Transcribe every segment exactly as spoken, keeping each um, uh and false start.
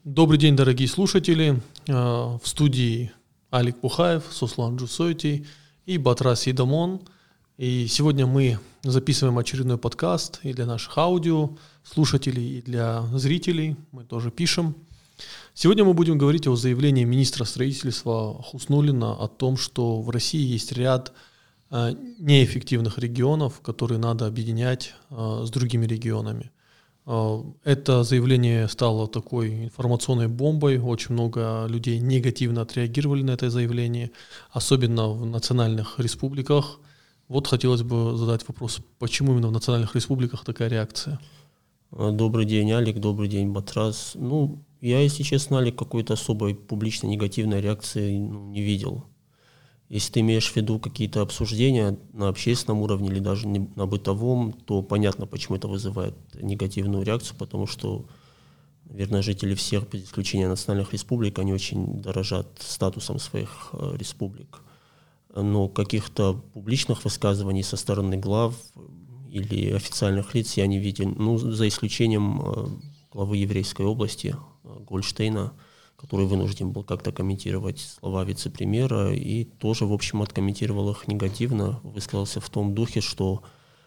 Добрый день, дорогие слушатели. В студии Алик Пухаев, Сослан Джусойти и Батрас Идамон. И сегодня мы записываем очередной подкаст и для наших аудио слушателей, и для зрителей. Мы тоже пишем. Сегодня мы будем говорить о заявлении министра строительства Хуснуллина о том, что в России есть ряд неэффективных регионов, которые надо объединять с другими регионами. Это заявление стало такой информационной бомбой, очень много людей негативно отреагировали на это заявление, особенно в национальных республиках. Вот хотелось бы задать вопрос, почему именно в национальных республиках такая реакция? Добрый день, Алик, добрый день, Батрас. Ну, я, если честно, Алик, какой-то особой публичной негативной реакции ну, не видел. Если ты имеешь в виду какие-то обсуждения на общественном уровне или даже на бытовом, то понятно, почему это вызывает негативную реакцию, потому что, наверное, жители всех, без исключения национальных республик, они очень дорожат статусом своих э, республик. Но каких-то публичных высказываний со стороны глав или официальных лиц я не видел, ну, за исключением э, главы еврейской области э, Гольштейна, который вынужден был как-то комментировать слова вице-премьера и тоже, в общем, откомментировал их негативно, высказался в том духе, что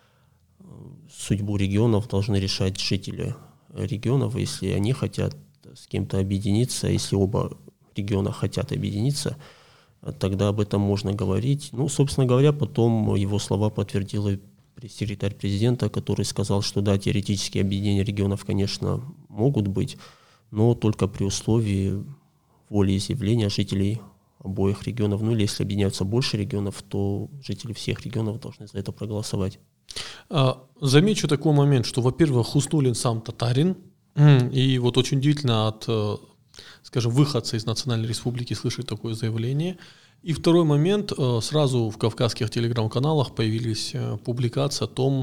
судьбу регионов должны решать жители регионов, если они хотят с кем-то объединиться, если оба региона хотят объединиться, тогда об этом можно говорить. Ну, собственно говоря, потом его слова подтвердил и пресс-секретарь президента, который сказал, что да, теоретически объединения регионов, конечно, могут быть, но только при условии волеизъявления жителей обоих регионов. Ну или если объединяются больше регионов, то жители всех регионов должны за это проголосовать. Замечу такой момент, что, во-первых, Хуснуллин сам татарин, и вот очень удивительно от, скажем, выходца из Национальной Республики слышать такое заявление. И второй момент, сразу в кавказских телеграм-каналах появились публикации о том,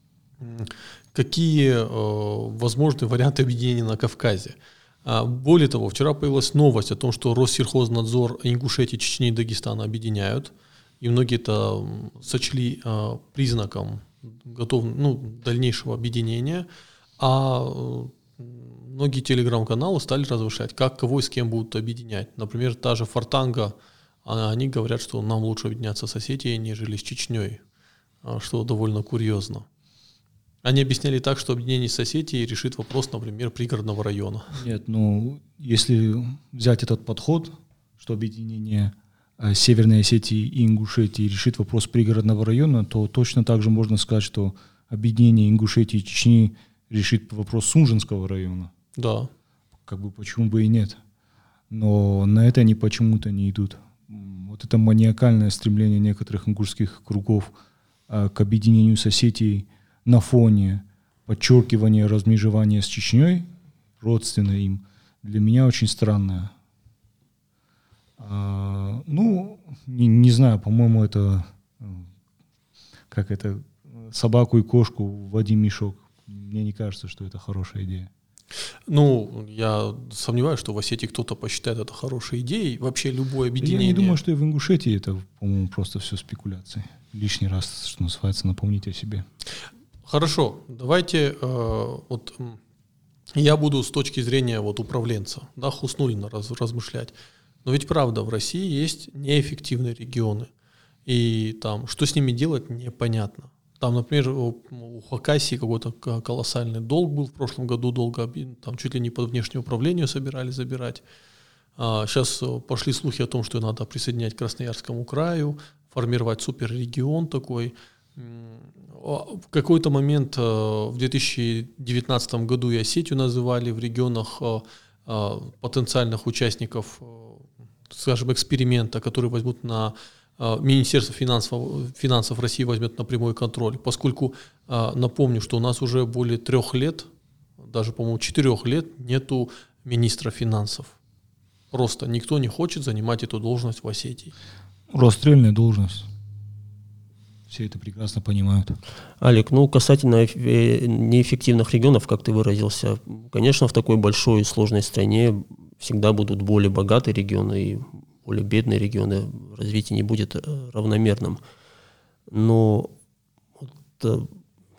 какие э, возможны варианты объединения на Кавказе. А, более того, вчера появилась новость о том, что Россельхознадзор Ингушетии, Чечни и Дагестана объединяют, и многие это сочли э, признаком готов, ну, дальнейшего объединения, а э, многие телеграм-каналы стали размышлять, как, кого и с кем будут объединять. Например, та же Фортанга, они говорят, что нам лучше объединяться с Осетией, нежели с Чечней, что довольно курьезно. Они объясняли так, что объединение с Осетией решит вопрос, например, пригородного района. Нет, ну, если взять этот подход, что объединение э, Северной Осетии и Ингушетии решит вопрос пригородного района, то точно так же можно сказать, что объединение Ингушетии и Чечни решит вопрос Сунжинского района. Да. Как бы почему бы и нет. Но на это они почему-то не идут. Вот это маниакальное стремление некоторых ингушских кругов э, к объединению с Осетией на фоне подчеркивания размежевания с Чечней, родственно им, для меня очень странное. А, ну, не, не знаю, по-моему, это как это собаку и кошку в один мешок. Мне не кажется, что это хорошая идея. Ну, я сомневаюсь, что в Осетии кто-то посчитает это хорошей идеей. Вообще любое объединение... Я не думаю, что и в Ингушетии это, по-моему, просто все спекуляции. Лишний раз, что называется, напомнить о себе. Хорошо, давайте э, вот я буду с точки зрения вот управленца, да, Хуснуллина раз, размышлять. Но ведь правда, в России есть неэффективные регионы, и там что с ними делать непонятно. Там, например, у, у Хакасии какой-то колоссальный долг был в прошлом году, долго там чуть ли не под внешнее управление собирались забирать. А сейчас пошли слухи о том, что надо присоединять к Красноярскому краю, формировать суперрегион такой. В какой-то момент в две тысячи девятнадцатом году и Осетию называли в регионах потенциальных участников, скажем, эксперимента, которые возьмут на Министерство финансов, финансов России возьмет на прямой контроль, поскольку напомню, что у нас уже более трех лет, даже, по-моему, четырех лет нету министра финансов. Просто никто не хочет занимать эту должность в Осетии. Расстрельная должность. Все это прекрасно понимают. Алик, ну касательно неэффективных регионов, как ты выразился, конечно, в такой большой и сложной стране всегда будут более богатые регионы и более бедные регионы. Развитие не будет равномерным. Но вот,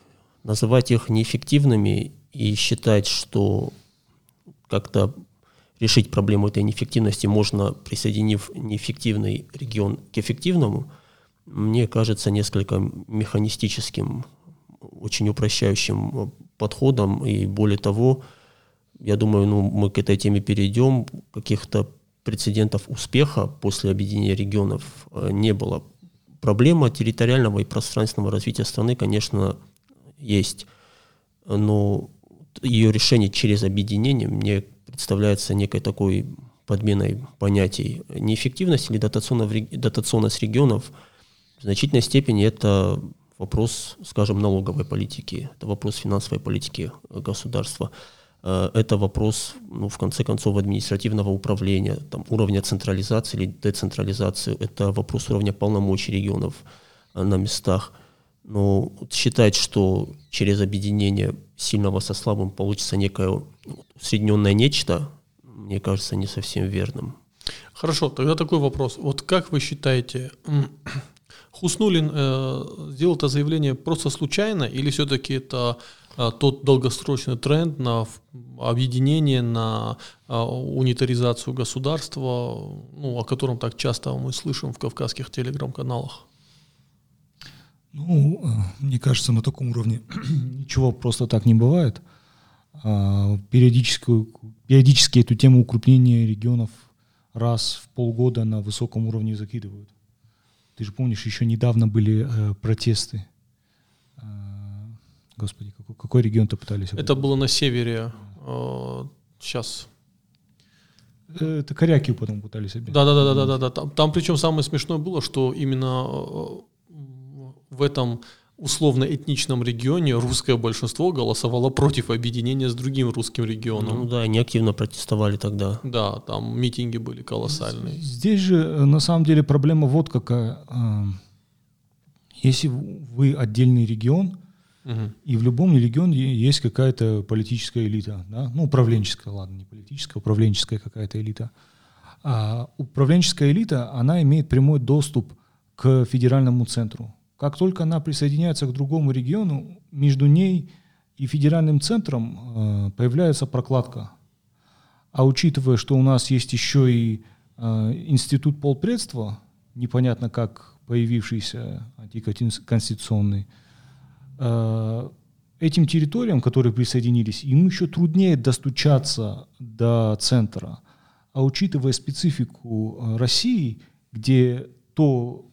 называть их неэффективными и считать, что как-то решить проблему этой неэффективности можно, присоединив неэффективный регион к эффективному, мне кажется несколько механистическим, очень упрощающим подходом. И более того, я думаю, ну, мы к этой теме перейдем. Каких-то прецедентов успеха после объединения регионов не было. Проблема территориального и пространственного развития страны, конечно, есть. Но ее решение через объединение мне представляется некой такой подменой понятий. Неэффективность или дотационность регионов в значительной степени это вопрос, скажем, налоговой политики, это вопрос финансовой политики государства, это вопрос, ну, в конце концов, административного управления, там, уровня централизации или децентрализации, это вопрос уровня полномочий регионов на местах. Но считать, что через объединение сильного со слабым получится некое усредненное нечто, мне кажется, не совсем верным. Хорошо, тогда такой вопрос. Вот как вы считаете, Хуснуллин э, сделал это заявление просто случайно, или все-таки это э, тот долгосрочный тренд на объединение, на э, унитаризацию государства, ну, о котором так часто мы слышим в кавказских телеграм-каналах? Ну, мне кажется, на таком уровне ничего просто так не бывает. Периодически, периодически эту тему укрупнения регионов раз в полгода на высоком уровне закидывают. Ты же помнишь, еще недавно были э, протесты. Э, господи, какой, какой регион-то пытались? Это было на севере. Э, сейчас. Это Корякию потом пытались объединить. Да, да, да, да, да, да. Там, там причем самое смешное было, что именно в этом условно-этничном регионе русское большинство голосовало против объединения с другим русским регионом. Ну да, они активно протестовали тогда. Да, там митинги были колоссальные. Здесь же на самом деле проблема вот какая. Если вы отдельный регион, угу. и в любом регионе есть какая-то политическая элита, да? Ну, управленческая, ладно, не политическая, управленческая какая-то элита. А управленческая элита, она имеет прямой доступ к федеральному центру. Как только она присоединяется к другому региону, между ней и федеральным центром э, появляется прокладка. А учитывая, что у нас есть еще и э, институт полпредства, непонятно как появившийся, антиконституционный, э, этим территориям, которые присоединились, им еще труднее достучаться до центра. А учитывая специфику России, где то,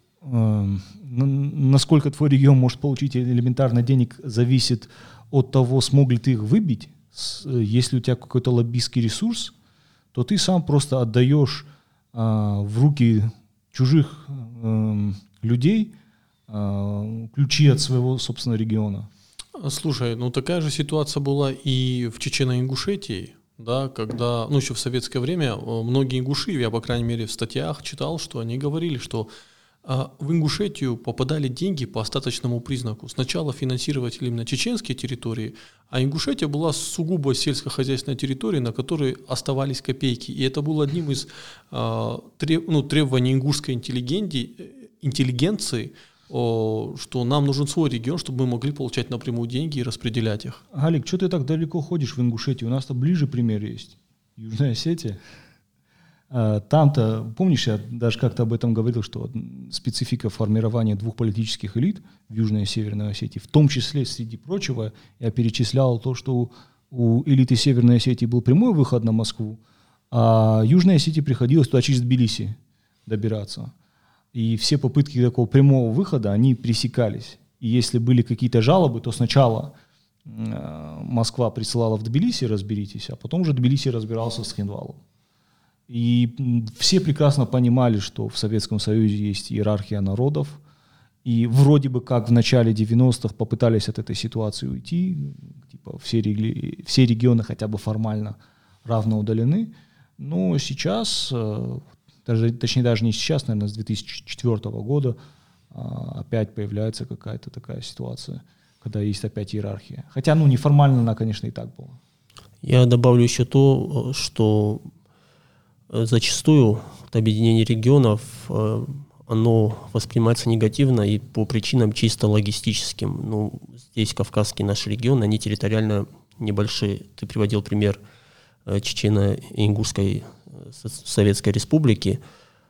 насколько твой регион может получить элементарно денег, зависит от того, смог ли ты их выбить. Если у тебя какой-то лоббистский ресурс, то ты сам просто отдаешь а, в руки чужих а, людей а, ключи от своего собственного региона. Слушай, ну такая же ситуация была и в Чечено-Ингушетии, да, когда, ну еще в советское время многие ингуши, я по крайней мере в статьях читал, что они говорили, что в Ингушетию попадали деньги по остаточному признаку. Сначала финансировали именно чеченские территории, а Ингушетия была сугубо сельскохозяйственной территорией, на которой оставались копейки. И это было одним из э, треб, ну, требований ингушской интеллигенции, о, что нам нужен свой регион, чтобы мы могли получать напрямую деньги и распределять их. Галик, что ты так далеко ходишь в Ингушетию? У нас-то ближе пример есть. Южная Осетия. Там-то, помнишь, я даже как-то об этом говорил, что специфика формирования двух политических элит в Южной и Северной Осетии, в том числе, среди прочего, я перечислял то, что у элиты Северной Осетии был прямой выход на Москву, а Южной Осетии приходилось туда через Тбилиси добираться. И все попытки такого прямого выхода, они пресекались. И если были какие-то жалобы, то сначала Москва присылала в Тбилиси, разберитесь, а потом уже Тбилиси разбирался с Цхинвалом. И все прекрасно понимали, что в Советском Союзе есть иерархия народов, и вроде бы как в начале девяностых попытались от этой ситуации уйти, типа все, реги- все регионы хотя бы формально равно удалены, но сейчас, даже, точнее даже не сейчас, наверное, с две тысячи четвёртого года опять появляется какая-то такая ситуация, когда есть опять иерархия. Хотя, ну, неформально она, конечно, и так была. Я добавлю еще то, что зачастую объединение регионов, оно воспринимается негативно и по причинам чисто логистическим. Ну, здесь Кавказский наш регион, они территориально небольшие. Ты приводил пример Чечено-Ингушской Советской Республики.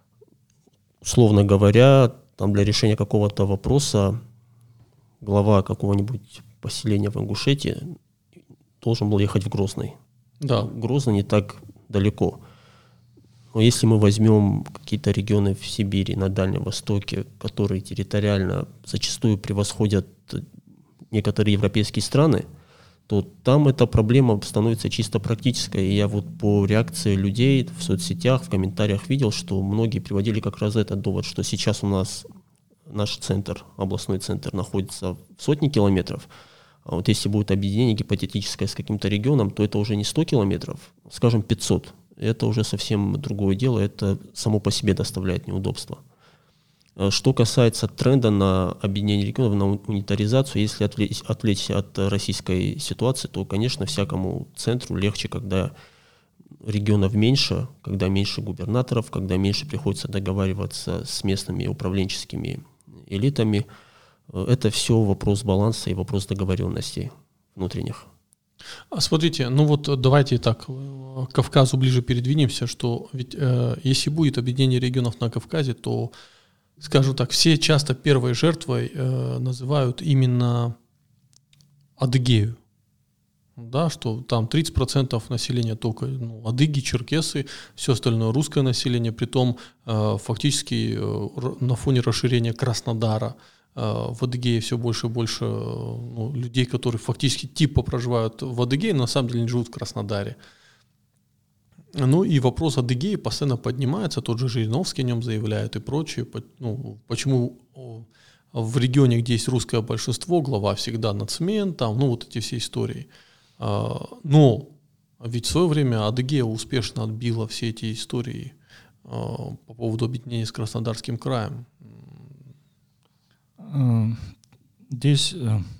Условно говоря, там для решения какого-то вопроса глава какого-нибудь поселения в Ингушетии должен был ехать в Грозный. Да. Грозный не так далеко. Но если мы возьмем какие-то регионы в Сибири, на Дальнем Востоке, которые территориально зачастую превосходят некоторые европейские страны, то там эта проблема становится чисто практической. И я вот по реакции людей в соцсетях, в комментариях видел, что многие приводили как раз этот довод, что сейчас у нас наш центр, областной центр, находится в сотне километров, а вот если будет объединение гипотетическое с каким-то регионом, то это уже не сто километров, скажем, пятьсот. Это уже совсем другое дело, это само по себе доставляет неудобства. Что касается тренда на объединение регионов, на унитаризацию, если отвлечь, отвлечься от российской ситуации, то, конечно, всякому центру легче, когда регионов меньше, когда меньше губернаторов, когда меньше приходится договариваться с местными управленческими элитами. Это все вопрос баланса и вопрос договоренностей внутренних. Смотрите, ну вот давайте так, к Кавказу ближе передвинемся, что ведь э, если будет объединение регионов на Кавказе, то, скажу так, все часто первой жертвой э, называют именно Адыгею. Да, что там тридцать процентов населения только ну, адыги, черкесы, все остальное русское население, притом э, фактически э, на фоне расширения Краснодара э, в Адыгее все больше и больше э, ну, людей, которые фактически типа проживают в Адыгее, но на самом деле не живут в Краснодаре. Ну и вопрос Адыгеи постоянно поднимается, тот же Жириновский о нем заявляет и прочее. Ну, почему в регионе, где есть русское большинство, глава всегда нацмен, там, ну вот эти все истории. Но ведь в свое время Адыгея успешно отбила все эти истории по поводу объединения с Краснодарским краем. Здесь,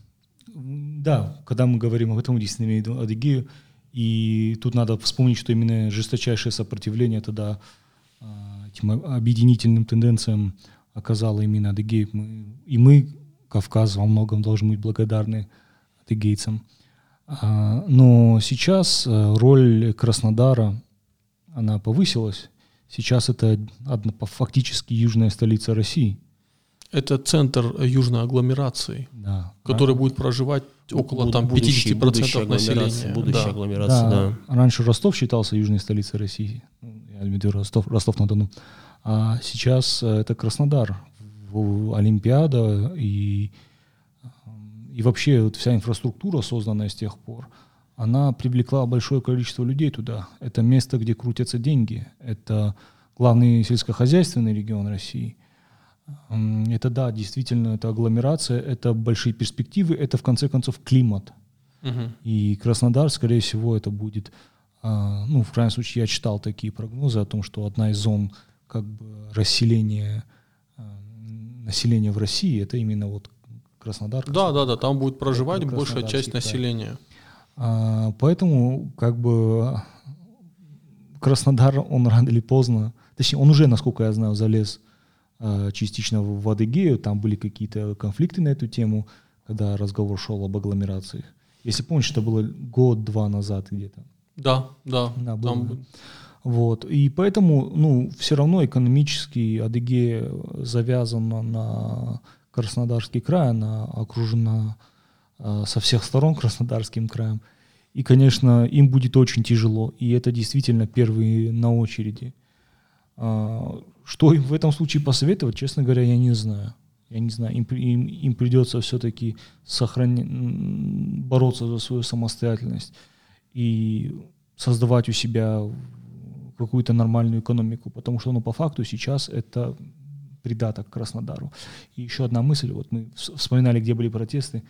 да, когда мы говорим об этом, мы действительно имеем в виду Адыгею, и тут надо вспомнить, что именно жесточайшее сопротивление тогда этим объединительным тенденциям оказала именно Адыгея. И мы, Кавказ, во многом должны быть благодарны адыгейцам. Но сейчас роль Краснодара, она повысилась. Сейчас это фактически южная столица России. Это центр южной агломерации, да. который а? будет проживать около Буд- там, пятьдесят процентов населения. Будущая да. агломерация, да. да. Раньше Ростов считался южной столицей России. Я имею в виду Ростов, Ростов-на-Дону. А сейчас это Краснодар. Олимпиада и... И вообще вот вся инфраструктура, созданная с тех пор, она привлекла большое количество людей туда. Это место, где крутятся деньги. Это главный сельскохозяйственный регион России. Это, да, действительно, это агломерация, это большие перспективы, это, в конце концов, климат. Uh-huh. И Краснодар, скорее всего, это будет... Ну, в крайнем случае, я читал такие прогнозы о том, что одна из зон как бы расселения населения в России, это именно вот Краснодар. Да, да, да, там будет проживать большая часть край. населения. А, поэтому как бы Краснодар, он рано или поздно, точнее, он уже, насколько я знаю, залез а, частично в, в Адыгею, там были какие-то конфликты на эту тему, когда разговор шел об агломерациях. Если помнишь, это было год-два назад где-то. Да, да. да там... Вот. И поэтому, ну, все равно экономически Адыгея завязана на Краснодарский край, она окружена э, со всех сторон Краснодарским краем. И, конечно, им будет очень тяжело. И это действительно первые на очереди. А, что им в этом случае посоветовать, честно говоря, я не знаю. Я не знаю. Им, им, им придется все-таки сохранять, бороться за свою самостоятельность и создавать у себя какую-то нормальную экономику. Потому что, ну, по факту сейчас это... придаток к Краснодару. И еще одна мысль, вот мы вспоминали, где были протесты,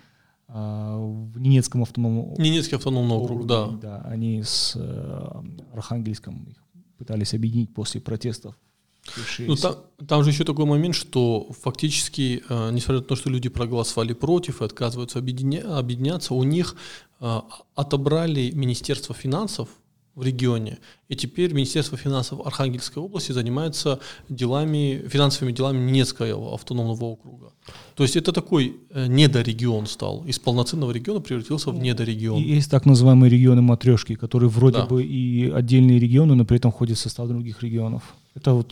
в Ненецком автономном округе. Ненецкий автономный округ, да. Да, они с э, Архангельском их пытались объединить после протестов. Ну, там, там же еще такой момент, что фактически, э, несмотря на то, что люди проголосовали против и отказываются объединя- объединяться, у них э, отобрали Министерство финансов, в регионе. И теперь Министерство финансов Архангельской области занимается делами, финансовыми делами Ненецкого автономного округа. То есть это такой недорегион стал. Из полноценного региона превратился в недорегион. И есть так называемые регионы-матрешки, которые вроде да. бы и отдельные регионы, но при этом входят в состав других регионов. Это вот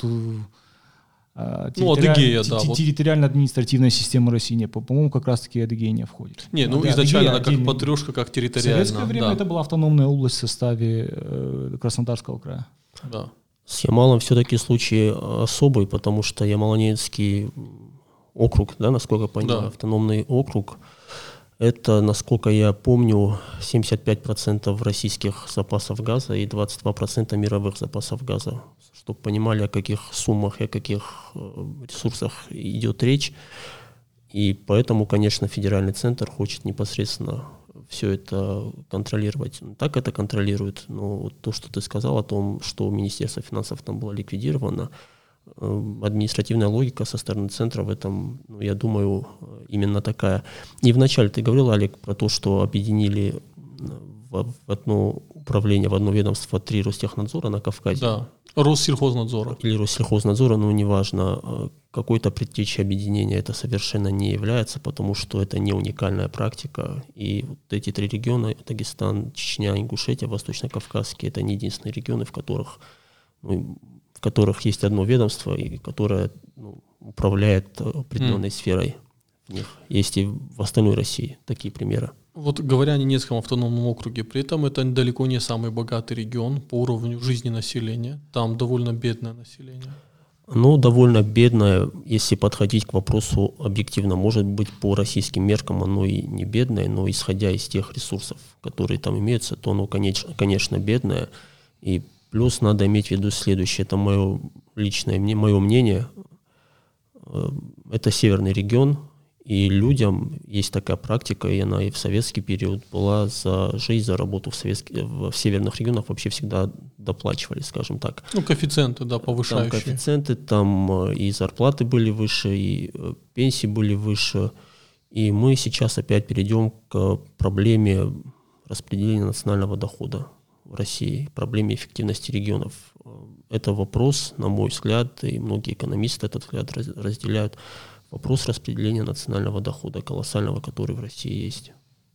а, ну, Адыгея, да, вот. территориально-административная система России. Не, по-моему, как раз-таки Адыгея не входит. Не, ну да, изначально Адыгея, она как отдельный... матрешка, как территориально. В советское время да. это была автономная область в составе э, Краснодарского края. Да. С Ямалом все-таки случай особый, потому что Ямало-Ненецкий округ, да, насколько я понимаю, да. автономный округ, это, насколько я помню, семьдесят пять процентов российских запасов газа и двадцать два процента мировых запасов газа. Чтобы понимали, о каких суммах и о каких ресурсах идет речь. И поэтому, конечно, федеральный центр хочет непосредственно все это контролировать. Так это контролирует. Но то, что ты сказал о том, что Министерство финансов там было ликвидировано, административная логика со стороны центра в этом, ну, я думаю, именно такая. И вначале ты говорил, Олег, про то, что объединили в, в одно управление, в одно ведомство три Ростехнадзора на Кавказе. Да, Россельхознадзора. Или Россельхознадзора, ну, неважно. Какой-то предтечей объединения это совершенно не является, потому что это не уникальная практика. И вот эти три региона, Дагестан, Чечня, Ингушетия, Восточно-Кавказские, это не единственные регионы, в которых... Ну, в которых есть одно ведомство, и которое ну, управляет определенной mm. сферой в них. Есть и в остальной России такие примеры. Вот говоря о Ненецком автономном округе, при этом это далеко не самый богатый регион по уровню жизни населения. Там довольно бедное население. Ну, довольно бедное, если подходить к вопросу объективно. Может быть, по российским меркам оно и не бедное, но исходя из тех ресурсов, которые там имеются, то оно, конечно, конечно бедное. И плюс надо иметь в виду следующее, это мое личное мое мнение, это северный регион, и людям есть такая практика, и она и в советский период была за жизнь, за работу в, советских, в северных регионах вообще всегда доплачивали, скажем так. Ну, коэффициенты, да, повышающие. Там коэффициенты, там и зарплаты были выше, и пенсии были выше, и мы сейчас опять перейдем к проблеме распределения национального дохода в России, проблеме эффективности регионов. Это вопрос, на мой взгляд, и многие экономисты этот взгляд разделяют, вопрос распределения национального дохода, колоссального, который в России есть.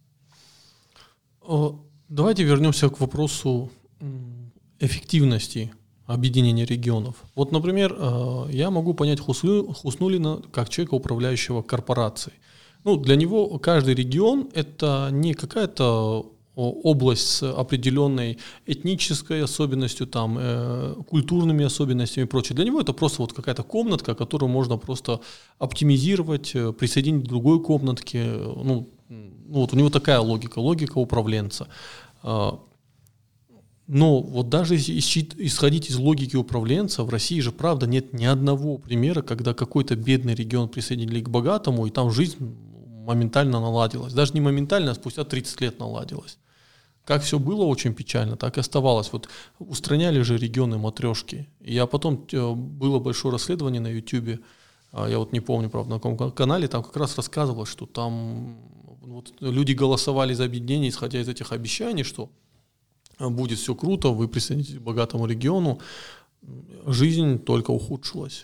Давайте вернемся к вопросу эффективности объединения регионов. Вот, например, я могу понять Хуснуллина как человека, управляющего корпорацией. Ну, для него каждый регион – это не какая-то область с определенной этнической особенностью, там, э, культурными особенностями и прочее. Для него это просто вот какая-то комнатка, которую можно просто оптимизировать, присоединить к другой комнатке. Ну, ну, вот у него такая логика, логика управленца. Но вот даже исходить из логики управленца, в России же, правда, нет ни одного примера, когда какой-то бедный регион присоединили к богатому, и там жизнь моментально наладилась. Даже не моментально, а спустя тридцать лет наладилась. Как все было очень печально, так и оставалось. Вот устраняли же регионы матрешки. Я потом, было большое расследование на Ютубе, я вот не помню, правда, на каком канале, там как раз рассказывалось, что там вот люди голосовали за объединение, исходя из этих обещаний, что будет все круто, вы присоединитесь к богатому региону. Жизнь только ухудшилась.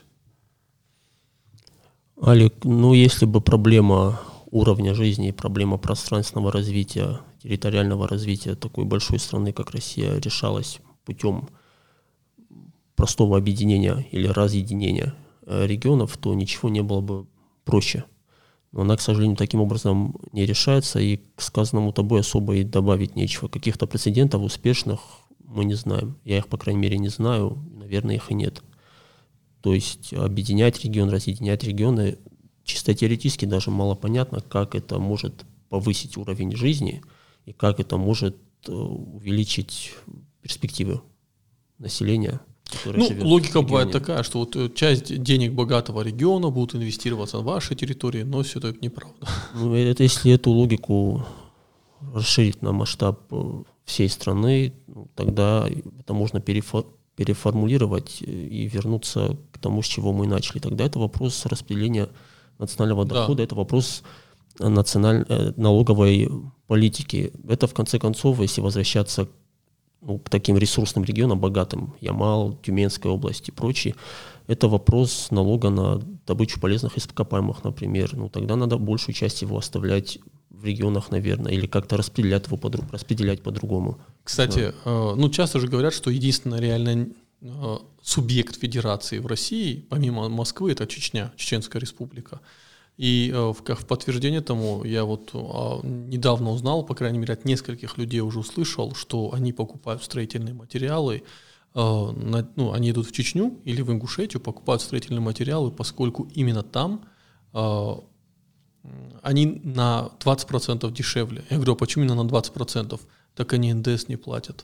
Олег, ну если бы проблема уровня жизни и проблема пространственного развития, территориального развития такой большой страны, как Россия, решалась путем простого объединения или разъединения регионов, то ничего не было бы проще. Но она, к сожалению, таким образом не решается, и к сказанному тобой особо и добавить нечего. Каких-то прецедентов успешных мы не знаем. Я их, по крайней мере, не знаю, наверное, их и нет. То есть объединять регион, разъединять регионы, чисто теоретически даже мало понятно, как это может повысить уровень жизни и как это может увеличить перспективы населения. Ну, логика бывает такая, что вот часть денег богатого региона будут инвестироваться на вашей территории, но все это неправда. Ну, это если эту логику расширить на масштаб всей страны, ну, тогда это можно перефор- переформулировать и вернуться к тому, с чего мы начали. Тогда это вопрос распределения национального дохода, да. Это вопрос националь... налоговой политики. Это, в конце концов, если возвращаться ну, к таким ресурсным регионам, богатым, Ямал, Тюменская область и прочие, это вопрос налога на добычу полезных ископаемых, например. Ну, тогда надо большую часть его оставлять в регионах, наверное, или как-то распределять его по, распределять по-другому. Кстати, да. э, ну, часто же говорят, что единственный реальный э, субъект федерации в России, помимо Москвы, это Чечня, Чеченская республика. И э, в, в подтверждение тому я вот э, недавно узнал, по крайней мере, от нескольких людей уже услышал, что они покупают строительные материалы, э, на, ну, они идут в Чечню или в Ингушетию, покупают строительные материалы, поскольку именно там э, они на двадцать процентов дешевле. Я говорю, а почему именно на двадцать процентов? Так они эн дэ эс не платят.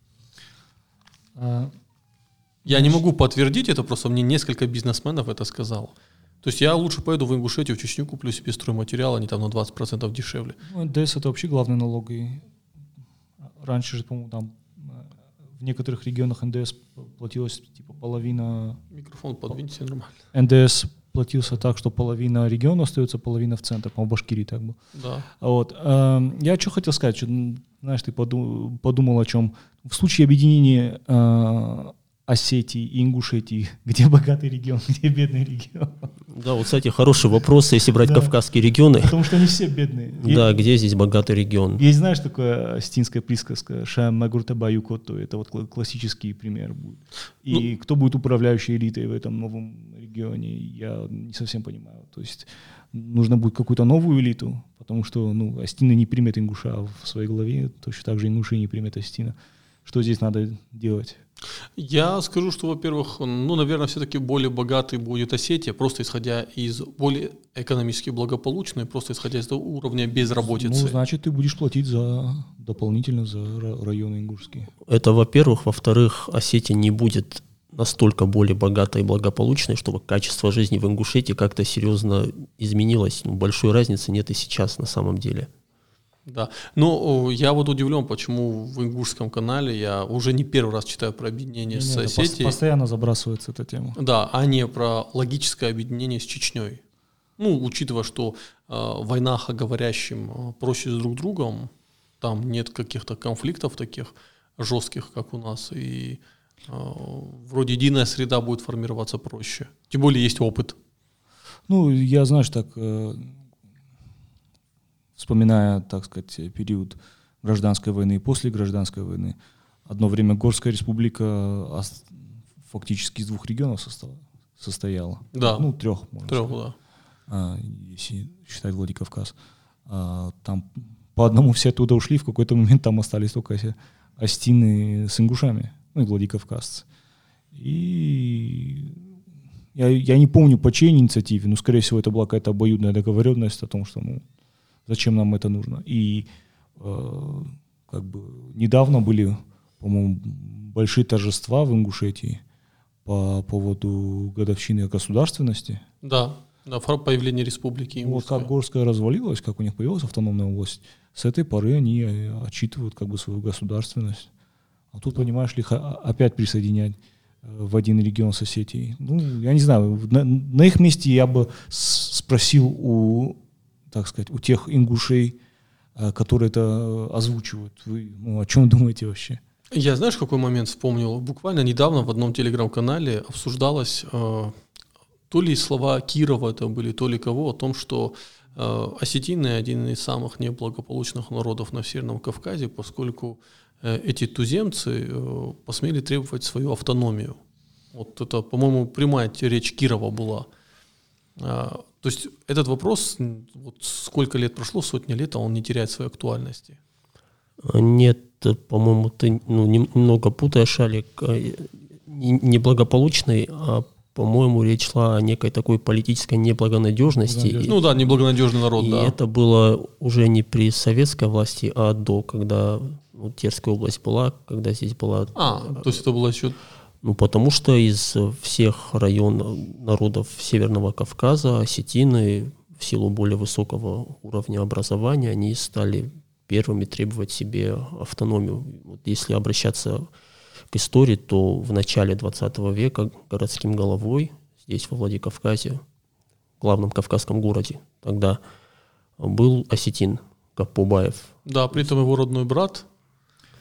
А, я не могу подтвердить это, просто мне несколько бизнесменов это сказал. То есть я лучше поеду в Ингушетию, в Чечню, куплю себе стройматериал, они там на двадцать процентов дешевле. Ну, эн дэ эс это вообще главный налог. И раньше же, по-моему, там в некоторых регионах эн дэ эс платилось типа половина... Микрофон подвиньте, нормально. эн дэ эс платился так, что половина региона остается, половина в центре. По-моему, в Башкирии так было. Да. Вот. Я что хотел сказать, что, знаешь, ты подумал о чем. В случае объединения Осетии и Ингушетии, где богатый регион, где бедный регион? Да, вот, кстати, хороший вопрос, если брать да. Кавказские регионы. Потому что они все бедные. Да, есть, где здесь богатый регион? Есть, знаешь, такая остинская присказка «Ша магуртаба юкоту», это вот классический пример будет. И ну, кто будет управляющей элитой в этом новом регионе, я не совсем понимаю. То есть нужно будет какую-то новую элиту, потому что ну, Остины не примет ингуша в своей голове, точно так же ингуши не примет Остина. Что здесь надо делать? Я скажу, что, во-первых, ну, наверное, все-таки более богатой будет Осетия, просто исходя из более экономически благополучной, просто исходя из уровня безработицы. Ну, значит, ты будешь платить за дополнительно за районы ингушские. Это, во-первых. Во-вторых, Осетия не будет настолько более богатой и благополучной, чтобы качество жизни в Ингушетии как-то серьезно изменилось. Ну, большой разницы нет и сейчас на самом деле. Да, но я вот удивлен, почему в Ингушском канале я уже не первый раз читаю про объединение с Осетией. Постоянно забрасывается эта тема. Да, а не про логическое объединение с Чечней. Ну, учитывая, что э, в войнах говорящим проще с друг другом, там нет каких-то конфликтов таких жестких, как у нас, и э, вроде единая среда будет формироваться проще. Тем более есть опыт. Ну, я, знаешь, так... Э... Вспоминая, так сказать, период гражданской войны и после гражданской войны, одно время Горская республика фактически из двух регионов состояла. Да. Ну, трех, можно трех, сказать. Да. А, если считать Владикавказ. А, там по одному все оттуда ушли, в какой-то момент там остались только Остины с ингушами, ну и Владикавказцы. И я, я не помню, по чьей инициативе, но, скорее всего, это была какая-то обоюдная договоренность о том, что, ну, зачем нам это нужно. И э, как бы недавно были, по-моему, большие торжества в Ингушетии по поводу годовщины государственности. Да, да, появление республики Ингушская. Вот как Горская развалилась, как у них появилась автономная область, с этой поры они отчитывают как бы свою государственность. А тут, понимаешь ли, опять присоединять в один регион с Осетией. Ну, я не знаю, на, на их месте я бы спросил у так сказать, у тех ингушей, которые это озвучивают. Вы ну, о чем думаете вообще? Я, знаешь, какой момент вспомнил? Буквально недавно в одном телеграм-канале обсуждалось э, то ли слова Кирова это были, то ли кого, о том, что э, осетины один из самых неблагополучных народов на Северном Кавказе, поскольку э, эти туземцы э, посмели требовать свою автономию. Вот это, по-моему, прямая речь Кирова была. Э, То есть этот вопрос, вот сколько лет прошло, сотни лет, а он не теряет своей актуальности. Нет, по-моему, ты ну, немного путаешь, Алик. Неблагополучный, а, по-моему, речь шла о некой такой политической неблагонадежности. Ну да, неблагонадежный народ, и да. это было уже не при советской власти, а до, когда ну, Терская область была, когда здесь была... А, то есть это было еще... Ну, потому что из всех районов народов Северного Кавказа осетины в силу более высокого уровня образования, они стали первыми требовать себе автономию. Вот если обращаться к истории, то в начале двадцатого века городским головой здесь, во Владикавказе, главном кавказском городе, тогда был осетин Капубаев. Да, при этом его родной брат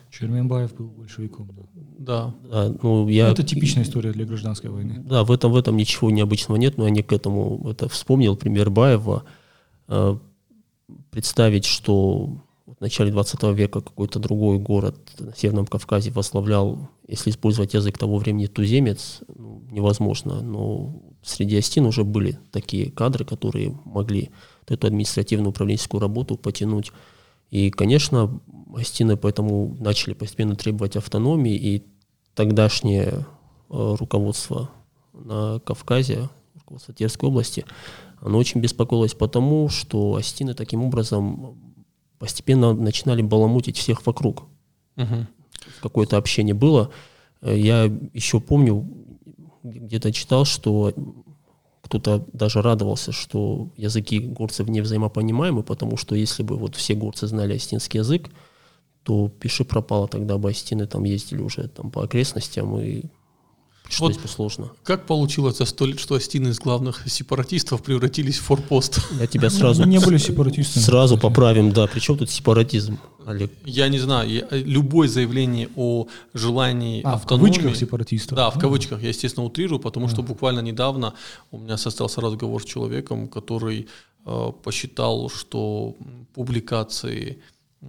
Черменбаев был большевиком, да. Да. Да, ну, я, это типичная история для гражданской войны. Да, в этом, в этом ничего необычного нет, но я не к этому это вспомнил, пример Баева. Э, представить, что в начале двадцатого века какой-то другой город на Северном Кавказе возглавлял, если использовать язык того времени, туземец, ну, невозможно. Но среди остин уже были такие кадры, которые могли эту административную управленческую работу потянуть. И, конечно, остины поэтому начали постепенно требовать автономии, и тогдашнее э, руководство на Кавказе, руководство Терской области, оно очень беспокоилось потому, что остины таким образом постепенно начинали баламутить всех вокруг. Угу. Какое-то общение было. Я еще помню, где-то читал, что кто-то даже радовался, что языки горцев не взаимопонимаемы, потому что если бы вот все горцы знали остинский язык, то пиши пропало, тогда бы остины там ездили уже там по окрестностям, и пришлось вот бы сложно. Как получилось за сто лет, что остины из главных сепаратистов превратились в форпост? Я тебя сразу, не были сепаратистами. Сразу поправим, да. Причем тут сепаратизм, Олег? Я не знаю. Я, любое заявление о желании а, автономии... в кавычках сепаратистов? Да, в кавычках. Я, естественно, утрирую, потому а. что буквально недавно у меня состоялся разговор с человеком, который э, посчитал, что публикации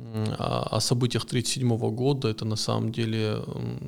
о событиях тысяча девятьсот тридцать седьмого года это на самом деле,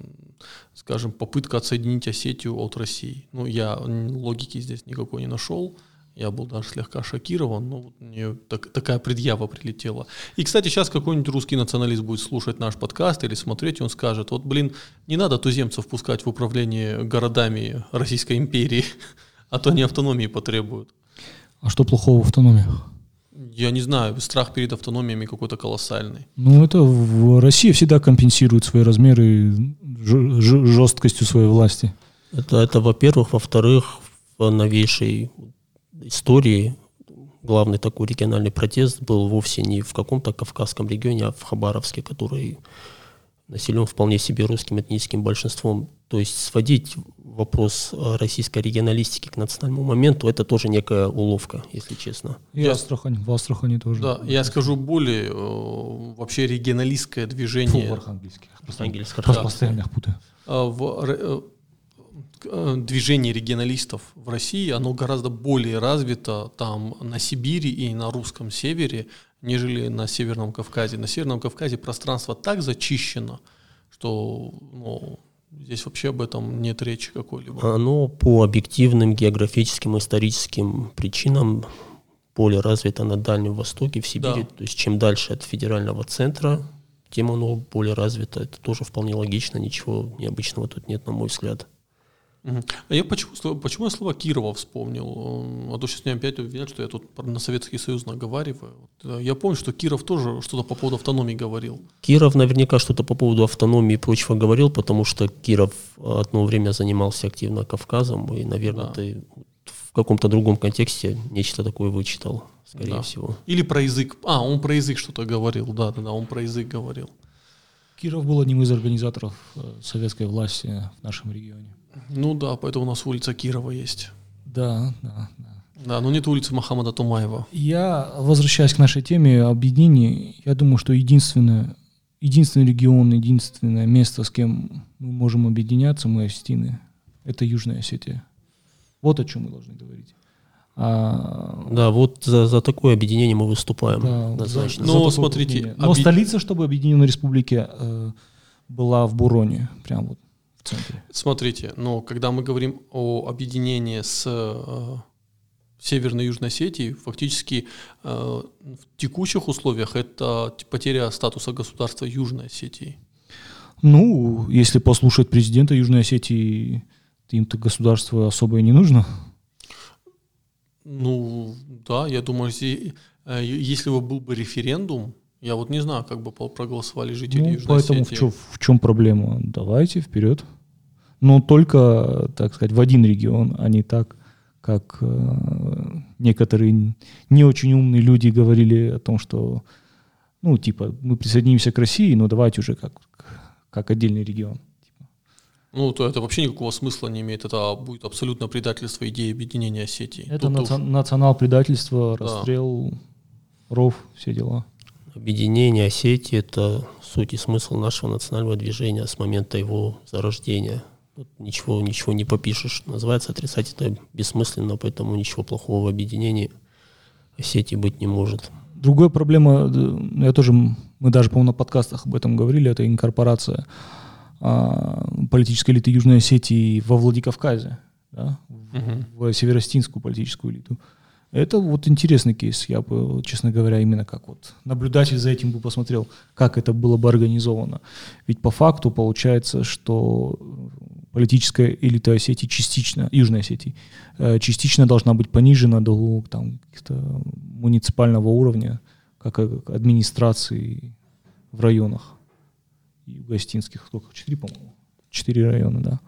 скажем, попытка отсоединить Осетию от России. Ну, я логики здесь никакой не нашел, я был даже слегка шокирован, но мне так, такая предъява прилетела. И, кстати, сейчас какой-нибудь русский националист будет слушать наш подкаст или смотреть, и он скажет, вот, блин, не надо туземцев пускать в управление городами Российской империи, а то они автономии потребуют. А что плохого в автономиях? Я не знаю, страх перед автономиями какой-то колоссальный. Ну, это в России всегда компенсирует свои размеры жесткостью своей власти. Это, это во-первых. Во-вторых, в новейшей истории главный такой региональный протест был вовсе не в каком-то кавказском регионе, а в Хабаровске, который населен вполне себе русским этническим большинством. То есть сводить вопрос российской регионалистики к национальному моменту, это тоже некая уловка, если честно. И я, Астрахань, в Астрахани тоже. Да, я скажу более, э, вообще регионалистское движение... Фу, в Архангельске. Архангельск, да. Постоянно их путаю. В, э, движение регионалистов в России, оно гораздо более развито там на Сибири и на русском севере, нежели на Северном Кавказе. На Северном Кавказе пространство так зачищено, что... Ну, здесь вообще об этом нет речи какой-либо. Оно по объективным географическим и историческим причинам более развито на Дальнем Востоке, в Сибири. Да. То есть чем дальше от федерального центра, тем оно более развито. Это тоже вполне логично, ничего необычного тут нет, на мой взгляд. Угу. А я почему, почему я слово Кирова вспомнил? А то сейчас меня опять обвиняют, что я тут на Советский Союз наговариваю. Я помню, что Киров тоже что-то по поводу автономии говорил. Киров наверняка что-то по поводу автономии и прочего говорил, потому что Киров одно время занимался активно Кавказом, и, наверное, да. ты в каком-то другом контексте нечто такое вычитал, скорее да. всего. Или про язык. А, он про язык что-то говорил. Да, да, да, он про язык говорил. Киров был одним из организаторов советской власти в нашем регионе. Ну да, поэтому у нас улица Кирова есть. Да, да, да. Да, но нет улицы Мохаммада Тумаева. Я, возвращаясь к нашей теме объединений, я думаю, что единственное, единственный регион, единственное место, с кем мы можем объединяться, мы осетины, это Южная Осетия. Вот о чем мы должны говорить. А, да, вот за, за такое объединение мы выступаем. Да, однозначно. За, но смотрите, но объ... столица, чтобы Объединенной Республики э, была в Буроне, прям вот. Смотрите, но когда мы говорим о объединении с э, Северной и Южной Осетией, фактически э, в текущих условиях это потеря статуса государства Южной Осетии. Ну, если послушать президента Южной Осетии, им-то государство особо и не нужно. Ну, да, я думаю, если, э, если бы был бы референдум, я вот не знаю, как бы проголосовали жители ну, Южной поэтому Осетии. Поэтому в, в чем проблема? Давайте, вперед. Но только, так сказать, в один регион, а не так, как э, некоторые не очень умные люди говорили о том, что, ну, типа, мы присоединимся к России, но давайте уже как, как отдельный регион. Ну, то это вообще никакого смысла не имеет. Это будет абсолютно предательство идеи объединения Осетии. Это наци- национал-предательство, расстрел, да. ров, все дела. Объединение Осетии – это суть и смысл нашего национального движения с момента его зарождения. Тут ничего, ничего не попишешь. Называется отрицать это бессмысленно, поэтому ничего плохого в объединении Осетии быть не может. Другая проблема, я тоже, мы даже, по-моему, на подкастах об этом говорили, это инкорпорация а, политической элиты Южной Осетии во Владикавказе, да, uh-huh. в, в северостинскую политическую элиту. Это вот интересный кейс, я бы, честно говоря, именно как вот наблюдатель за этим бы посмотрел, как это было бы организовано. Ведь по факту получается, что политическая элита Осетии частично, Южной Осетии, частично должна быть понижена до там, каких-то муниципального уровня, как администрации в районах юго-осетинских. Сколько? Четыре, по-моему. Четыре района, да.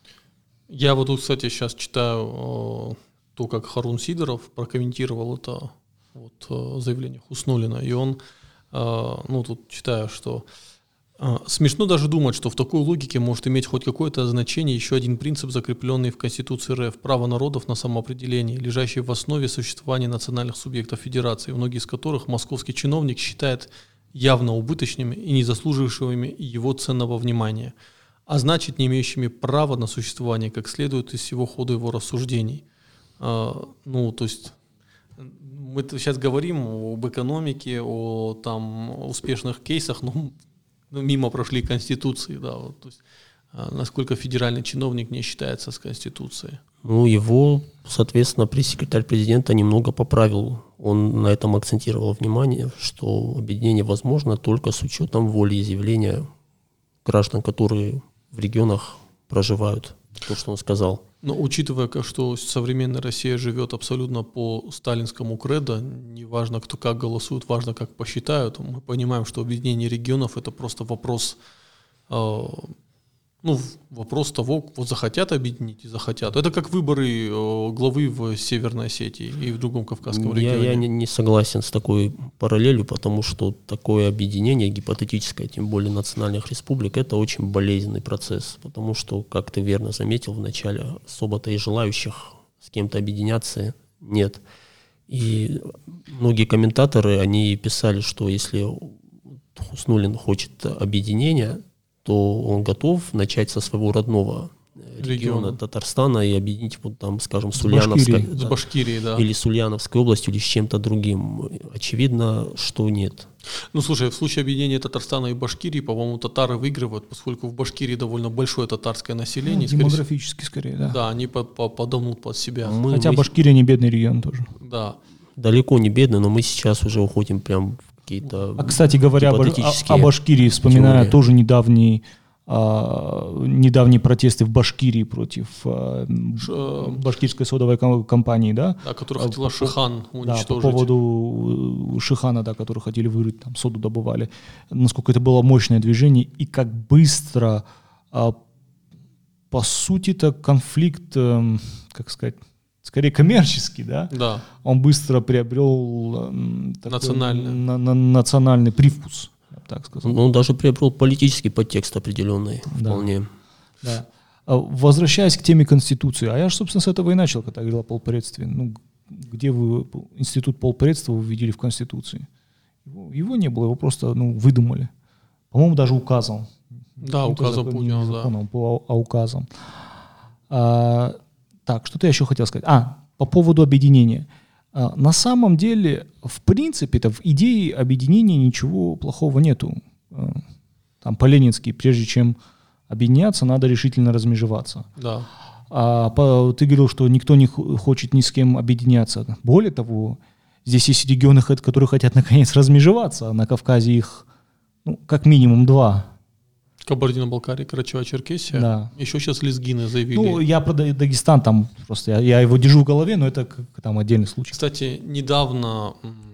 Я вот тут, кстати, сейчас читаю то, как Харун Сидоров прокомментировал это вот, заявление Хуснуллина, и он, ну, тут читаю, что смешно даже думать, что в такой логике может иметь хоть какое-то значение еще один принцип, закрепленный в Конституции РФ – право народов на самоопределение, лежащий в основе существования национальных субъектов федерации, многие из которых московский чиновник считает явно убыточными и не заслуживающими его ценного внимания, а значит, не имеющими права на существование, как следует из всего хода его рассуждений. Uh, ну, то есть мы сейчас говорим об экономике, о там успешных кейсах, но ну, мимо прошли Конституции, да, вот, то есть, uh, насколько федеральный чиновник не считается с Конституцией. Ну, его, соответственно, пресс-секретарь президента немного поправил. Он на этом акцентировал внимание, что объединение возможно только с учетом волеизъявления граждан, которые в регионах проживают. То, что он сказал. Но учитывая, что современная Россия живет абсолютно по сталинскому кредо, неважно, кто как голосует, важно, как посчитают, мы понимаем, что объединение регионов – это просто вопрос, э, ну, вопрос того, вот захотят объединить и захотят. Это как выборы э, главы в Северной Осетии и в другом Кавказском я, регионе. Я не, не согласен с такой параллелью, потому что такое объединение гипотетическое, тем более национальных республик, это очень болезненный процесс, потому что, как ты верно заметил в начале, особо-то и желающих с кем-то объединяться нет. И многие комментаторы, они писали, что если Хуснуллин хочет объединения, то он готов начать со своего родного региона Регион. Татарстана и объединить, вот там, скажем, с Ульяновской, да, с Башкирией, да. или с Ульяновской областью, или с чем-то другим. Очевидно, что нет. Ну, слушай, в случае объединения Татарстана и Башкирии, по-моему, татары выигрывают, поскольку в Башкирии довольно большое татарское население. Ну, демографически, скорее, скорее, да. Да, они по по подомнут под себя. Мы, Хотя мы... Башкирия не бедный регион тоже. Да. Далеко не бедный, но мы сейчас уже уходим прям в какие-то А, кстати говоря, о, о Башкирии, вспоминая теории. Тоже недавний, а, недавние протесты в Башкирии против а, Ш... башкирской содовой компании, да? Да, которую хотела Шихан уничтожить. Да, по поводу Шихана, да, который хотели вырыть, там соду добывали. Насколько это было мощное движение и как быстро, а, по сути, это конфликт, а, как сказать, скорее коммерческий, да? Да. Он быстро приобрел такой национальный. На, на, национальный привкус, я бы так сказал. Ну, он даже приобрел политический подтекст определенный, да. вполне. Да. Возвращаясь к теме Конституции, а я же, собственно, с этого и начал, когда говорил о полпредстве. Ну, где вы институт полпредства вы видели в Конституции? Его, его не было, его просто ну, выдумали. По-моему, даже указом. Да, не указом закон, Путина, не да. законом, а, а указом. А, Так, что-то я еще хотел сказать. А, по поводу объединения. А, на самом деле, в принципе-то, в идее объединения ничего плохого нету. А, там, по-ленински, прежде чем объединяться, надо решительно размежеваться. Да. А, по, ты говорил, что никто не хочет ни с кем объединяться. Более того, здесь есть регионы, которые хотят, наконец, размежеваться. На Кавказе их, ну, как минимум два. Кабардино-Балкария, Карачаево-Черкесия. Да. Еще сейчас лезгины заявили. Ну, я про Дагестан там просто, я, я его держу в голове, но это как, там отдельный случай. Кстати, недавно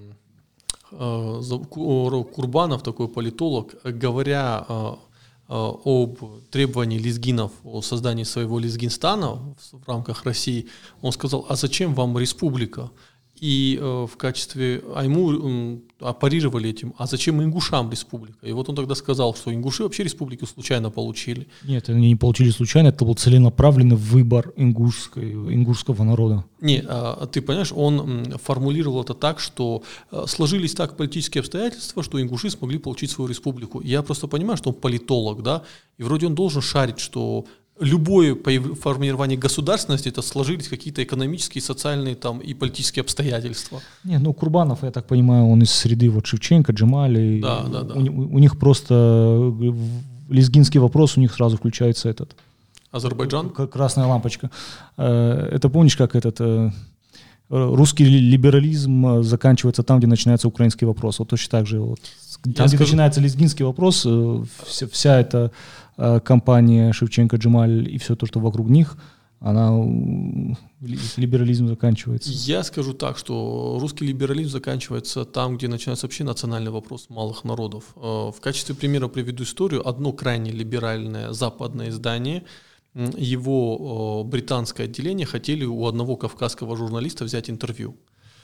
э, Курбанов, такой политолог, говоря э, об требовании лезгинов о создании своего лезгинстана в, в рамках России, он сказал, а зачем вам республика? И э, в качестве, а ему э, оппарировали этим, а зачем ингушам республика? И вот он тогда сказал, что ингуши вообще республику случайно получили. Нет, они не получили случайно, это был целенаправленный выбор ингушской, ингушского народа. Не, а, ты понимаешь, он формулировал это так, что а, сложились так политические обстоятельства, что ингуши смогли получить свою республику. Я просто понимаю, что он политолог, да, и вроде он должен шарить, что любое формирование государственности, это сложились какие-то экономические, социальные там, и политические обстоятельства. Не, ну Курбанов, я так понимаю, он из среды вот Шевченко, Джемали. Да, да, да. У, у них просто лезгинский вопрос, у них сразу включается этот. Азербайджан? Красная лампочка. Это помнишь, как этот русский либерализм заканчивается там, где начинается украинский вопрос. Вот точно так же. Вот. Там, я где скажу... начинается лезгинский вопрос, вся, вся эта компания Шевченко, Джемаль и все то, что вокруг них, она либерализм заканчивается. Я скажу так, что русский либерализм заканчивается там, где начинается вообще национальный вопрос малых народов. В качестве примера приведу историю. Одно крайне либеральное западное издание, его британское отделение хотели у одного кавказского журналиста взять интервью.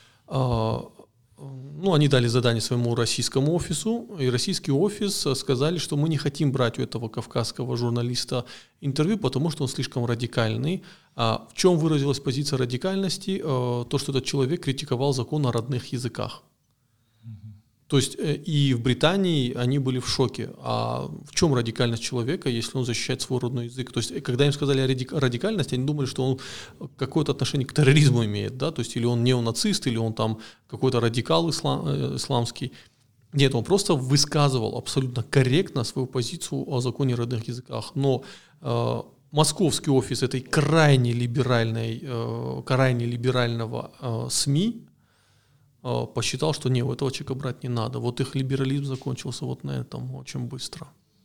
Ну, они дали задание своему российскому офису, и российский офис сказали, что мы не хотим брать у этого кавказского журналиста интервью, потому что он слишком радикальный. А в чем выразилась позиция радикальности? То, что этот человек критиковал закон о родных языках. То есть и в Британии они были в шоке. А в чем радикальность человека, если он защищает свой родной язык? То есть когда им сказали о радикальности, они думали, что он какое-то отношение к терроризму имеет, да? То есть или он неонацист, или он там какой-то радикал ислам, исламский. Нет, он просто высказывал абсолютно корректно свою позицию о законе о родных языках. Но э, московский офис этой крайне либеральной, э, крайне либерального э, СМИ посчитал, что не, у этого человека брать не надо. Вот их либерализм закончился вот на этом очень быстро.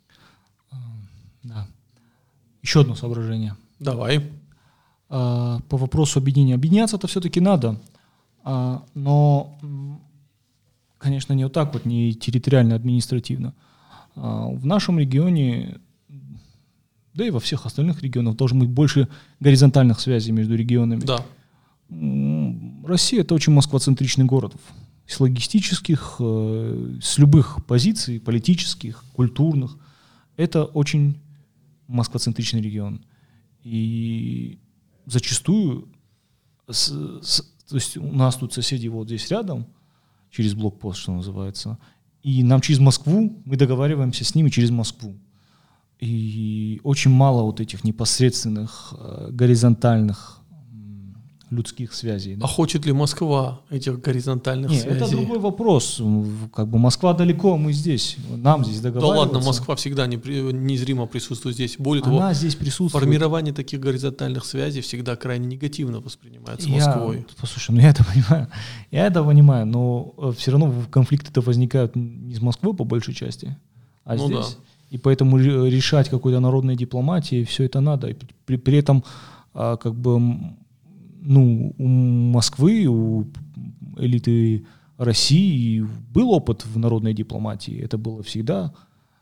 Да. Еще одно соображение. Давай. По вопросу объединения. Объединяться-то все-таки надо, но, конечно, не вот так вот, не территориально, административно. В нашем регионе, да и во всех остальных регионах, должно быть больше горизонтальных связей между регионами. Да. Россия — это очень москвоцентричный город. С логистических, с любых позиций, политических, культурных. Это очень москвоцентричный регион. И зачастую, с, с, то есть у нас тут соседи вот здесь рядом, через блокпост, что называется, и нам через Москву, мы договариваемся с ними через Москву. И очень мало вот этих непосредственных, горизонтальных людских связей. Да? А хочет ли Москва этих горизонтальных Нет, связей? Это другой вопрос. Как бы Москва далеко, мы здесь. Нам здесь договариваться. Да ладно, Москва всегда не, незримо присутствует здесь. Более Она того, здесь присутствует. Формирование таких горизонтальных связей всегда крайне негативно воспринимается я, Москвой. Послушай, ну я это понимаю. Я это понимаю, но все равно конфликты-то возникают не с Москвой по большей части, а ну здесь. Да. И поэтому решать какой-то народной дипломатией все это надо. И при, при этом как бы... Ну, у Москвы, у элиты России был опыт в народной дипломатии. Это было всегда.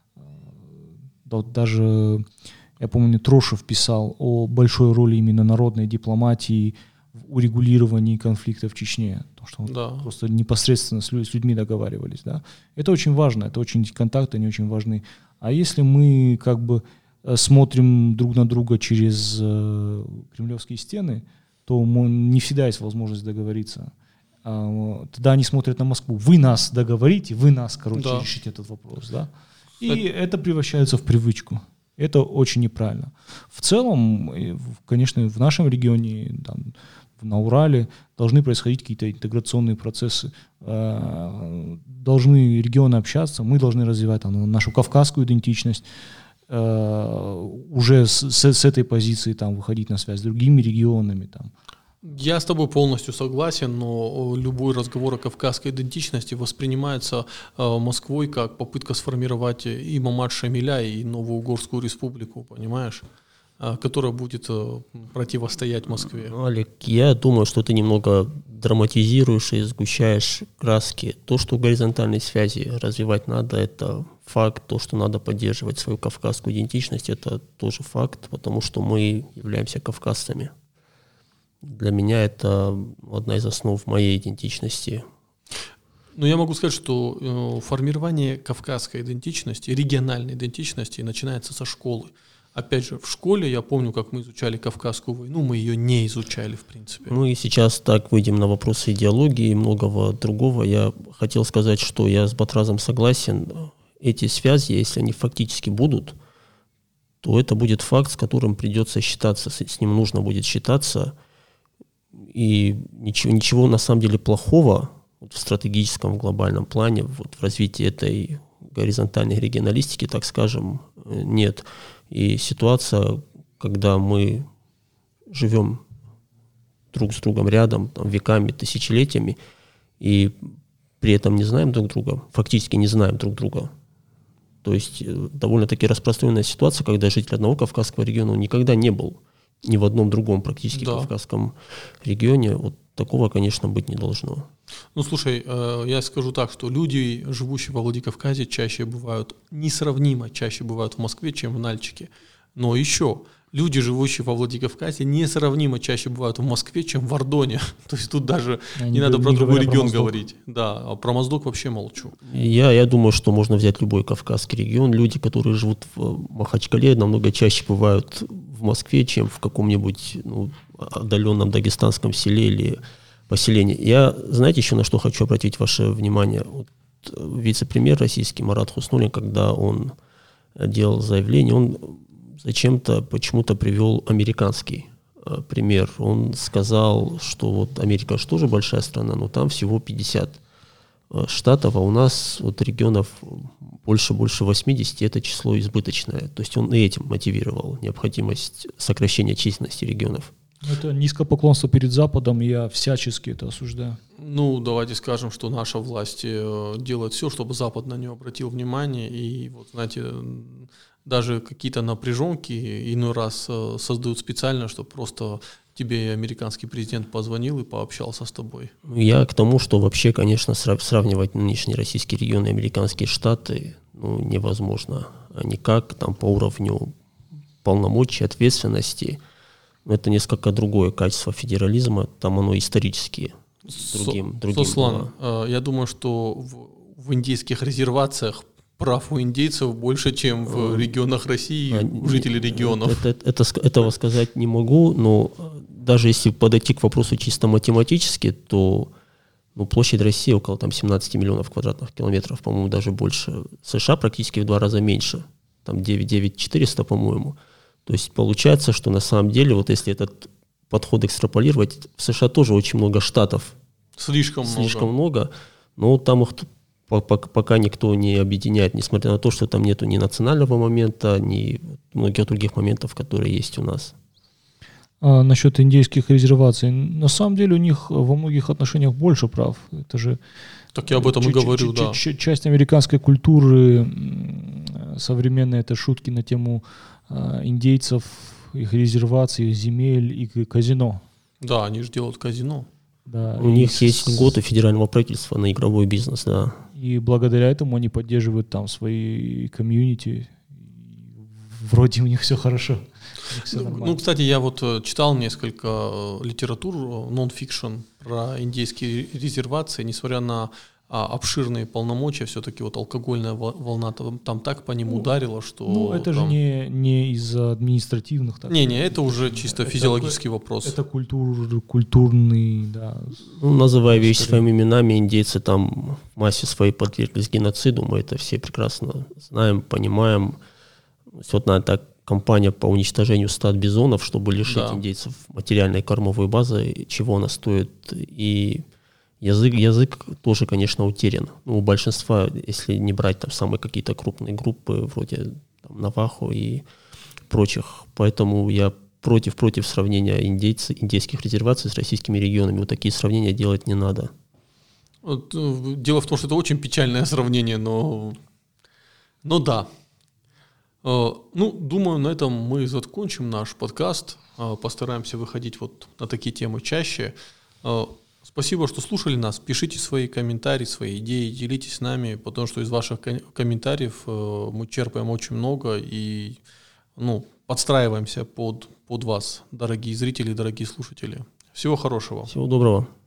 Даже, я помню, Трошев писал о большой роли именно народной дипломатии в урегулировании конфликта в Чечне. Потому что да. просто непосредственно с людьми договаривались. Да? Это очень важно, это очень контакты, они очень важны. А если мы как бы смотрим друг на друга через э, кремлевские стены, то не всегда есть возможность договориться. Тогда они смотрят на Москву. Вы нас договорите, вы нас, короче, да. решите этот вопрос. Да? И это... это превращается в привычку. Это очень неправильно. В целом, конечно, в нашем регионе, там, на Урале должны происходить какие-то интеграционные процессы. Должны регионы общаться, мы должны развивать там, нашу кавказскую идентичность. Уже с, с, с этой позиции там, выходить на связь с другими регионами. Там. Я с тобой полностью согласен, но любой разговор о кавказской идентичности воспринимается э, Москвой как попытка сформировать и Мамат-Шамиля, и Новую Угорскую республику, понимаешь? Э, которая будет э, противостоять Москве. Олег, я думаю, что ты немного драматизируешь и сгущаешь краски. То, что горизонтальные связи развивать надо, это факт. То, что надо поддерживать свою кавказскую идентичность, это тоже факт, потому что мы являемся кавказцами. Для меня это одна из основ моей идентичности. Ну, я могу сказать, что э, формирование кавказской идентичности, региональной идентичности начинается со школы. Опять же, в школе я помню, как мы изучали Кавказскую войну, мы ее не изучали, в принципе. Ну и сейчас так выйдем на вопросы идеологии и многого другого. Я хотел сказать, что я с Батразом согласен. Эти связи, если они фактически будут, то это будет факт, с которым придется считаться, с, с ним нужно будет считаться. И ничего, ничего на самом деле плохого вот в стратегическом, в глобальном плане, вот в развитии этой горизонтальной регионалистики, так скажем, нет. И ситуация, когда мы живем друг с другом рядом, там, веками, тысячелетиями, и при этом не знаем друг друга, фактически не знаем друг друга. То есть довольно-таки распространенная ситуация, когда житель одного Кавказского региона никогда не был ни в одном другом практически да. Кавказском регионе. Вот такого, конечно, быть не должно. Ну, слушай, э, я скажу так, что люди, живущие во Владикавказе, чаще бывают, несравнимо чаще бывают в Москве, чем в Нальчике. Но еще люди, живущие во Владикавказе, несравнимо чаще бывают в Москве, чем в Ордоне. То есть тут даже я не, не надо не про другой регион про говорить. Да, а про Моздок вообще молчу. Я, я думаю, что можно взять любой Кавказский регион. Люди, которые живут в Махачкале, намного чаще бывают в Москве, чем в каком-нибудь ну, отдаленном дагестанском селе или поселении. Я, знаете, еще на что хочу обратить ваше внимание? Вот вице-премьер российский Марат Хуснуллин, когда он делал заявление, он зачем-то почему-то привел американский э, пример. Он сказал, что вот Америка же тоже большая страна, но там всего пятьдесят э, штатов, а у нас вот регионов больше-больше восемьдесят, это число избыточное. То есть он и этим мотивировал необходимость сокращения численности регионов. Это низкопоклонство перед Западом, я всячески это осуждаю. Ну, давайте скажем, что наша власть э, делает все, чтобы Запад на нее обратил внимание, и вот, знаете, даже какие-то напряженки иной раз э, создают специально, чтобы просто тебе американский президент позвонил и пообщался с тобой. Я к тому, что вообще, конечно, сравнивать нынешние российские регионы и американские штаты ну, невозможно. Никак там по уровню полномочий, ответственности. Это несколько другое качество федерализма, там оно исторически другим. другим Сослан, э, я думаю, что в, в индейских резервациях прав у индейцев больше, чем в регионах России, а, у жителей регионов. Это, это, это, этого сказать не могу, но даже если подойти к вопросу чисто математически, то ну, площадь России около там, семнадцать миллионов квадратных километров, по-моему, даже больше. США практически в два раза меньше, там девять тысяч четыреста, по-моему. То есть получается, что на самом деле, вот если этот подход экстраполировать, в США тоже очень много штатов. Слишком много. Слишком много, но там их пока никто не объединяет, несмотря на то, что там нету ни национального момента, ни многих других моментов, которые есть у нас. А насчет индейских резерваций, на самом деле у них во многих отношениях больше прав. Это же так я об этом и говорю, да. Часть американской культуры современной, это шутки на тему индейцев, их резерваций, их земель и казино. Да, они же делают казино. Да, у них с... есть льготы федерального правительства на игровой бизнес, да. И благодаря этому они поддерживают там свои комьюнити. Вроде у них все хорошо. Все ну, ну, кстати, я вот читал несколько литератур, нон-фикшн про индейские резервации, несмотря на а обширные полномочия, все-таки вот алкогольная волна там, там так по ним ну, ударила, что... Ну, это там... же не, не из-за административных... Так Не, не, это уже чисто это, физиологический это, вопрос. Это культур, культурный, да. Ну, называя вещи своими именами, индейцы там в массе своей подверглись геноциду, мы это все прекрасно знаем, понимаем. Вот на так кампания по уничтожению стад бизонов, чтобы лишить да. индейцев материальной кормовой базы, чего она стоит, и... Язык, язык тоже, конечно, утерян. Ну, у большинства, если не брать там самые какие-то крупные группы, вроде там, Навахо и прочих. Поэтому я против, против сравнения индейцев, индейских резерваций с российскими регионами. Вот такие сравнения делать не надо. Вот, дело в том, что это очень печальное сравнение, но, но да. Ну, думаю, на этом мы закончим наш подкаст. Постараемся выходить вот на такие темы чаще. Спасибо, что слушали нас. Пишите свои комментарии, свои идеи, делитесь с нами, потому что из ваших комментариев мы черпаем очень много и ну, подстраиваемся под, под вас, дорогие зрители, дорогие слушатели. Всего хорошего. Всего доброго.